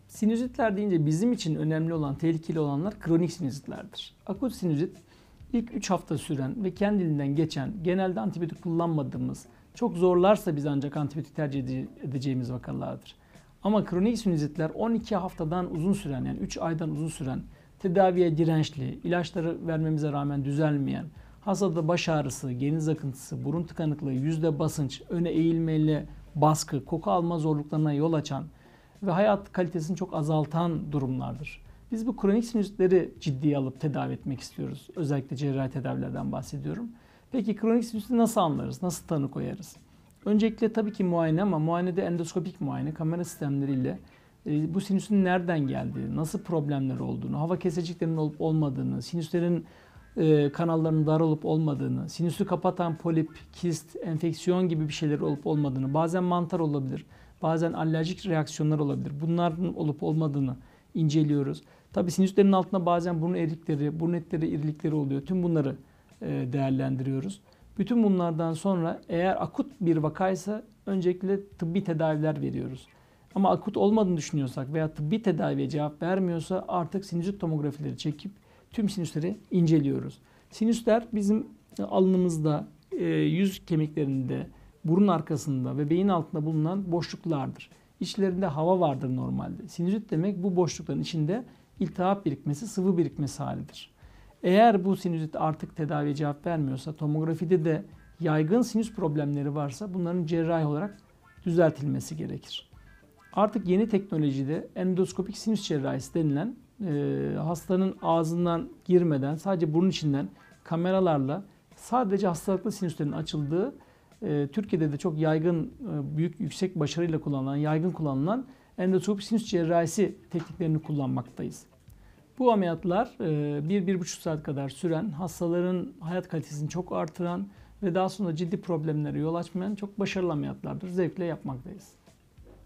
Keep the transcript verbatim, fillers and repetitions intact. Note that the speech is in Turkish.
Sinüzitler deyince bizim için önemli olan, tehlikeli olanlar kronik sinüzitlerdir. Akut sinüzit ilk üç hafta süren ve kendiliğinden geçen, genelde antibiyotik kullanmadığımız, çok zorlarsa biz ancak antibiyotik tercih edeceğimiz vakalardır. Ama kronik sinüzitler on iki haftadan uzun süren, yani üç aydan uzun süren, tedaviye dirençli, ilaçları vermemize rağmen düzelmeyen, hastada baş ağrısı, geniz akıntısı, burun tıkanıklığı, yüzde basınç, öne eğilmeyle baskı, koku alma zorluklarına yol açan ve hayat kalitesini çok azaltan durumlardır. Biz bu kronik sinüzitleri ciddiye alıp tedavi etmek istiyoruz. Özellikle cerrahi tedavilerden bahsediyorum. Peki kronik sinüziti nasıl anlarız? Nasıl tanı koyarız? Öncelikle tabii ki muayene, ama muayenede endoskopik muayene, kamera sistemleriyle e, bu sinüsün nereden geldiği, nasıl problemler olduğunu, hava keseciklerinin olup olmadığını, sinüslerin e, kanallarının dar olup olmadığını, sinüsü kapatan polip, kist, enfeksiyon gibi bir şeyler olup olmadığını, bazen mantar olabilir, bazen alerjik reaksiyonlar olabilir. Bunların olup olmadığını inceliyoruz. Tabii sinüslerin altında bazen burun eğrilikleri, burun etleri, irilikleri oluyor. Tüm bunları e, değerlendiriyoruz. Bütün bunlardan sonra eğer akut bir vakaysa öncelikle tıbbi tedaviler veriyoruz. Ama akut olmadığını düşünüyorsak veya tıbbi tedaviye cevap vermiyorsa artık sinüzit tomografileri çekip tüm sinüsleri inceliyoruz. Sinüsler bizim alnımızda, yüz kemiklerinde, burun arkasında ve beyin altında bulunan boşluklardır. İçlerinde hava vardır normalde. Sinüzit demek bu boşlukların içinde iltihap birikmesi, sıvı birikmesi halidir. Eğer bu sinüzit artık tedaviye cevap vermiyorsa, tomografide de yaygın sinüs problemleri varsa bunların cerrahi olarak düzeltilmesi gerekir. Artık yeni teknolojide endoskopik sinüs cerrahisi denilen e, hastanın ağzından girmeden sadece burun içinden kameralarla sadece hastalıklı sinüslerin açıldığı, e, Türkiye'de de çok yaygın, e, büyük yüksek başarıyla kullanılan, yaygın kullanılan endoskopik sinüs cerrahisi tekniklerini kullanmaktayız. Bu ameliyatlar bir bir buçuk saat kadar süren, hastaların hayat kalitesini çok artıran ve daha sonra ciddi problemlere yol açmayan çok başarılı ameliyatlardır. Zevkle yapmaktayız.